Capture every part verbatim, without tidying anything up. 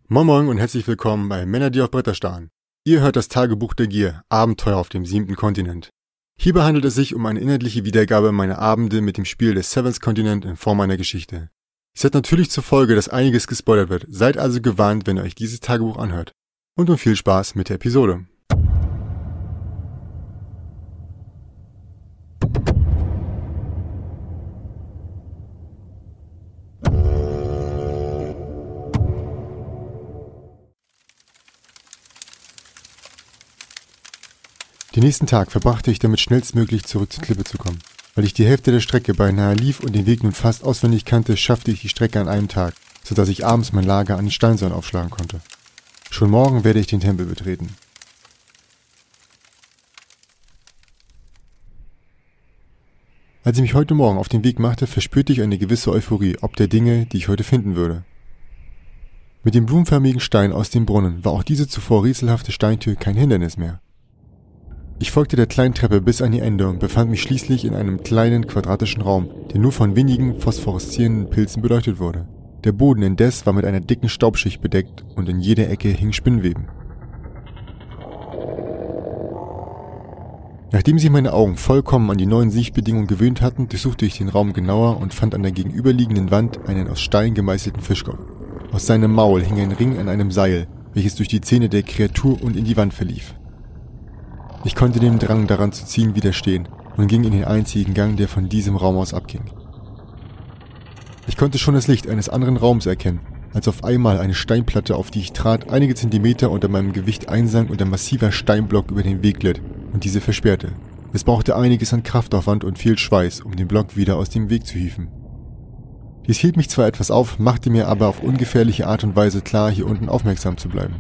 Moin Moin und herzlich willkommen bei Männer, die auf Bretter starren. Ihr hört das Tagebuch der Gier, Abenteuer auf dem siebten Kontinent. Hierbei handelt es sich um eine inhaltliche Wiedergabe meiner Abende mit dem Spiel des Seventh Continent in Form einer Geschichte. Es hat natürlich zur Folge, dass einiges gespoilert wird, seid also gewarnt, wenn ihr euch dieses Tagebuch anhört. Und nun viel Spaß mit der Episode. Den nächsten Tag verbrachte ich damit, schnellstmöglich zurück zur Klippe zu kommen. Weil ich die Hälfte der Strecke beinahe lief und den Weg nun fast auswendig kannte, schaffte ich die Strecke an einem Tag, sodass ich abends mein Lager an den Steinsäulen aufschlagen konnte. Schon morgen werde ich den Tempel betreten. Als ich mich heute Morgen auf den Weg machte, verspürte ich eine gewisse Euphorie ob der Dinge, die ich heute finden würde. Mit dem blumenförmigen Stein aus dem Brunnen war auch diese zuvor rätselhafte Steintür kein Hindernis mehr. Ich folgte der kleinen Treppe bis an ihr Ende und befand mich schließlich in einem kleinen, quadratischen Raum, der nur von wenigen phosphoreszierenden Pilzen beleuchtet wurde. Der Boden indes war mit einer dicken Staubschicht bedeckt und in jeder Ecke hingen Spinnweben. Nachdem sich meine Augen vollkommen an die neuen Sichtbedingungen gewöhnt hatten, durchsuchte ich den Raum genauer und fand an der gegenüberliegenden Wand einen aus Stein gemeißelten Fischkopf. Aus seinem Maul hing ein Ring an einem Seil, welches durch die Zähne der Kreatur und in die Wand verlief. Ich konnte dem Drang daran zu ziehen widerstehen und ging in den einzigen Gang, der von diesem Raum aus abging. Ich konnte schon das Licht eines anderen Raums erkennen, als auf einmal eine Steinplatte, auf die ich trat, einige Zentimeter unter meinem Gewicht einsank und ein massiver Steinblock über den Weg glitt und diese versperrte. Es brauchte einiges an Kraftaufwand und viel Schweiß, um den Block wieder aus dem Weg zu hieven. Dies hielt mich zwar etwas auf, machte mir aber auf ungefährliche Art und Weise klar, hier unten aufmerksam zu bleiben.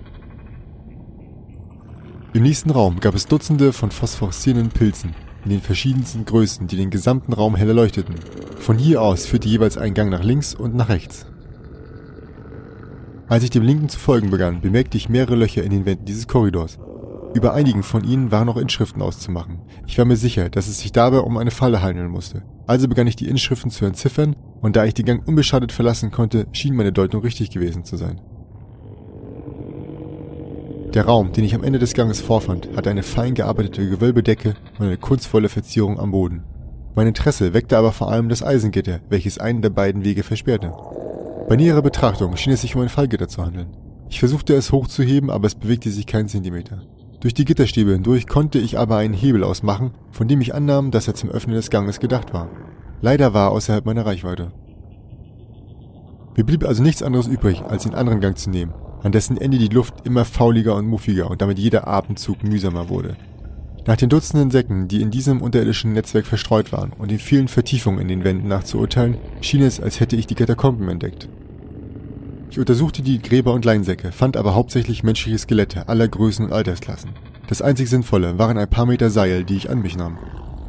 Im nächsten Raum gab es Dutzende von phosphoreszierenden Pilzen in den verschiedensten Größen, die den gesamten Raum hell erleuchteten. Von hier aus führte jeweils ein Gang nach links und nach rechts. Als ich dem linken zu folgen begann, bemerkte ich mehrere Löcher in den Wänden dieses Korridors. Über einigen von ihnen waren noch Inschriften auszumachen. Ich war mir sicher, dass es sich dabei um eine Falle handeln musste. Also begann ich die Inschriften zu entziffern, und da ich den Gang unbeschadet verlassen konnte, schien meine Deutung richtig gewesen zu sein. Der Raum, den ich am Ende des Ganges vorfand, hatte eine fein gearbeitete Gewölbedecke und eine kunstvolle Verzierung am Boden. Mein Interesse weckte aber vor allem das Eisengitter, welches einen der beiden Wege versperrte. Bei näherer Betrachtung schien es sich um ein Fallgitter zu handeln. Ich versuchte es hochzuheben, aber es bewegte sich keinen Zentimeter. Durch die Gitterstäbe hindurch konnte ich aber einen Hebel ausmachen, von dem ich annahm, dass er zum Öffnen des Ganges gedacht war. Leider war er außerhalb meiner Reichweite. Mir blieb also nichts anderes übrig, als den anderen Gang zu nehmen, an dessen Ende die Luft immer fauliger und muffiger und damit jeder Atemzug mühsamer wurde. Nach den Dutzenden Säcken, die in diesem unterirdischen Netzwerk verstreut waren und den vielen Vertiefungen in den Wänden nach zu urteilen, schien es, als hätte ich die Katakomben entdeckt. Ich untersuchte die Gräber und Leinsäcke, fand aber hauptsächlich menschliche Skelette aller Größen und Altersklassen. Das einzig Sinnvolle waren ein paar Meter Seil, die ich an mich nahm.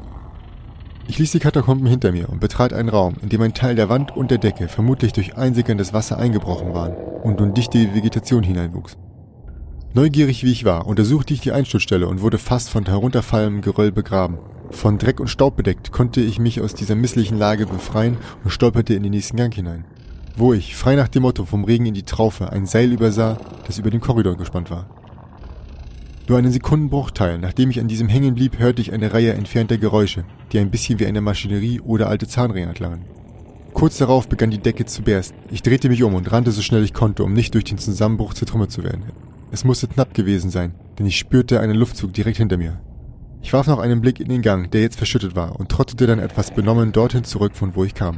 Ich ließ die Katakomben hinter mir und betrat einen Raum, in dem ein Teil der Wand und der Decke vermutlich durch einsickerndes Wasser eingebrochen waren und nun dichte Vegetation hineinwuchs. Neugierig wie ich war, untersuchte ich die Einsturzstelle und wurde fast von herunterfallendem Geröll begraben. Von Dreck und Staub bedeckt konnte ich mich aus dieser misslichen Lage befreien und stolperte in den nächsten Gang hinein, wo ich, frei nach dem Motto vom Regen in die Traufe, ein Seil übersah, das über den Korridor gespannt war. Nur einen Sekundenbruchteil, nachdem ich an diesem hängen blieb, hörte ich eine Reihe entfernter Geräusche, die ein bisschen wie eine Maschinerie oder alte Zahnräder klangen. Kurz darauf begann die Decke zu bersten. Ich drehte mich um und rannte so schnell ich konnte, um nicht durch den Zusammenbruch zertrümmert zu werden. Es musste knapp gewesen sein, denn ich spürte einen Luftzug direkt hinter mir. Ich warf noch einen Blick in den Gang, der jetzt verschüttet war, und trottete dann etwas benommen dorthin zurück, von wo ich kam.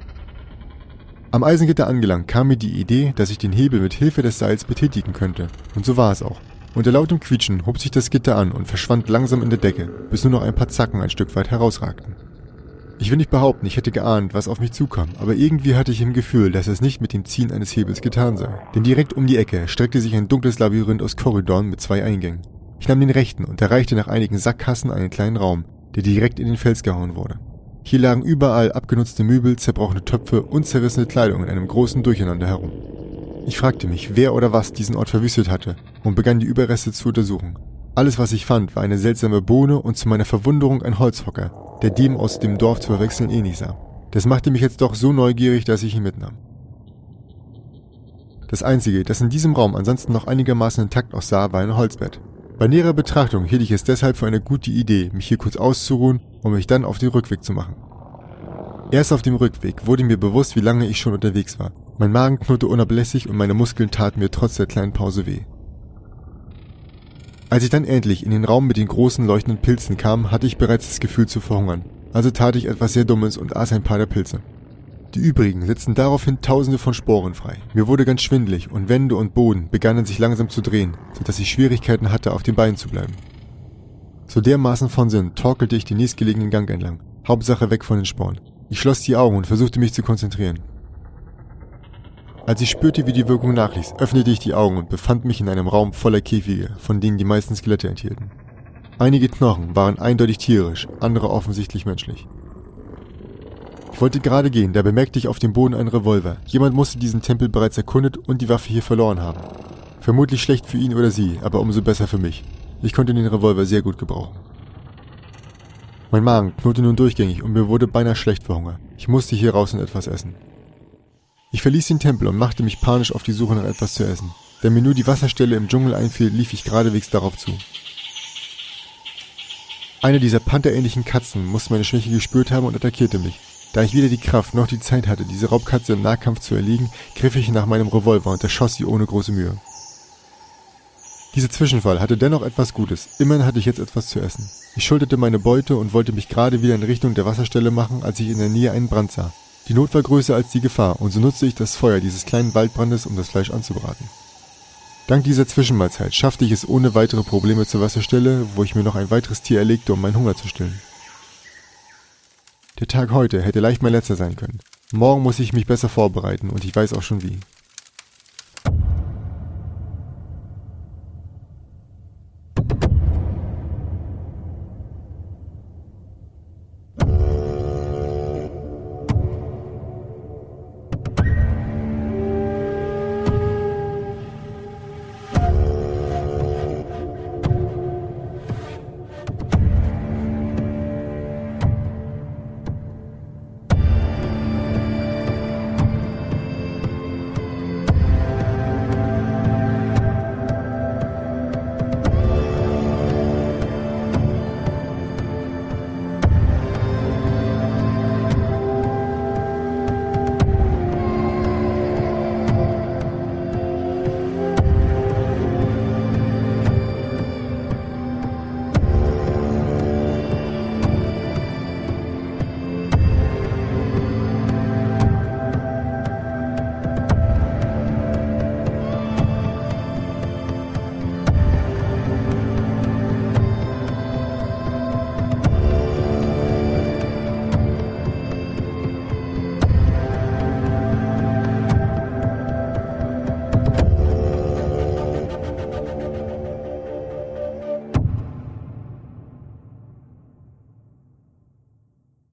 Am Eisengitter angelangt, kam mir die Idee, dass ich den Hebel mit Hilfe des Seils betätigen könnte, und so war es auch. Unter lautem Quietschen hob sich das Gitter an und verschwand langsam in der Decke, bis nur noch ein paar Zacken ein Stück weit herausragten. Ich will nicht behaupten, ich hätte geahnt, was auf mich zukam, aber irgendwie hatte ich im Gefühl, dass es nicht mit dem Ziehen eines Hebels getan sei. Denn direkt um die Ecke streckte sich ein dunkles Labyrinth aus Korridoren mit zwei Eingängen. Ich nahm den rechten und erreichte nach einigen Sackgassen einen kleinen Raum, der direkt in den Fels gehauen wurde. Hier lagen überall abgenutzte Möbel, zerbrochene Töpfe und zerrissene Kleidung in einem großen Durcheinander herum. Ich fragte mich, wer oder was diesen Ort verwüstet hatte, und begann die Überreste zu untersuchen. Alles, was ich fand, war eine seltsame Bohne und zu meiner Verwunderung ein Holzhocker, der dem aus dem Dorf zu verwechseln ähnlich sah. Das machte mich jetzt doch so neugierig, dass ich ihn mitnahm. Das einzige, das in diesem Raum ansonsten noch einigermaßen intakt aussah, war ein Holzbett. Bei näherer Betrachtung hielt ich es deshalb für eine gute Idee, mich hier kurz auszuruhen, um mich dann auf den Rückweg zu machen. Erst auf dem Rückweg wurde mir bewusst, wie lange ich schon unterwegs war. Mein Magen knurrte unablässig und meine Muskeln taten mir trotz der kleinen Pause weh. Als ich dann endlich in den Raum mit den großen leuchtenden Pilzen kam, hatte ich bereits das Gefühl zu verhungern. Also tat ich etwas sehr Dummes und aß ein paar der Pilze. Die übrigen setzten daraufhin tausende von Sporen frei. Mir wurde ganz schwindelig und Wände und Boden begannen sich langsam zu drehen, sodass ich Schwierigkeiten hatte, auf den Beinen zu bleiben. So dermaßen von Sinn torkelte ich den nächstgelegenen Gang entlang. Hauptsache weg von den Sporen. Ich schloss die Augen und versuchte mich zu konzentrieren. Als ich spürte, wie die Wirkung nachließ, öffnete ich die Augen und befand mich in einem Raum voller Käfige, von denen die meisten Skelette enthielten. Einige Knochen waren eindeutig tierisch, andere offensichtlich menschlich. Ich wollte gerade gehen, da bemerkte ich auf dem Boden einen Revolver. Jemand musste diesen Tempel bereits erkundet und die Waffe hier verloren haben. Vermutlich schlecht für ihn oder sie, aber umso besser für mich. Ich konnte den Revolver sehr gut gebrauchen. Mein Magen knurrte nun durchgängig und mir wurde beinahe schlecht vor Hunger. Ich musste hier raus und etwas essen. Ich verließ den Tempel und machte mich panisch auf die Suche nach etwas zu essen. Da mir nur die Wasserstelle im Dschungel einfiel, lief ich geradewegs darauf zu. Eine dieser pantherähnlichen Katzen musste meine Schwäche gespürt haben und attackierte mich. Da ich weder die Kraft noch die Zeit hatte, diese Raubkatze im Nahkampf zu erlegen, griff ich nach meinem Revolver und erschoss sie ohne große Mühe. Dieser Zwischenfall hatte dennoch etwas Gutes. Immerhin hatte ich jetzt etwas zu essen. Ich schulterte meine Beute und wollte mich gerade wieder in Richtung der Wasserstelle machen, als ich in der Nähe einen Brand sah. Die Not war größer als die Gefahr und so nutzte ich das Feuer dieses kleinen Waldbrandes, um das Fleisch anzubraten. Dank dieser Zwischenmahlzeit schaffte ich es ohne weitere Probleme zur Wasserstelle, wo ich mir noch ein weiteres Tier erlegte, um meinen Hunger zu stillen. Der Tag heute hätte leicht mein letzter sein können. Morgen muss ich mich besser vorbereiten und ich weiß auch schon wie.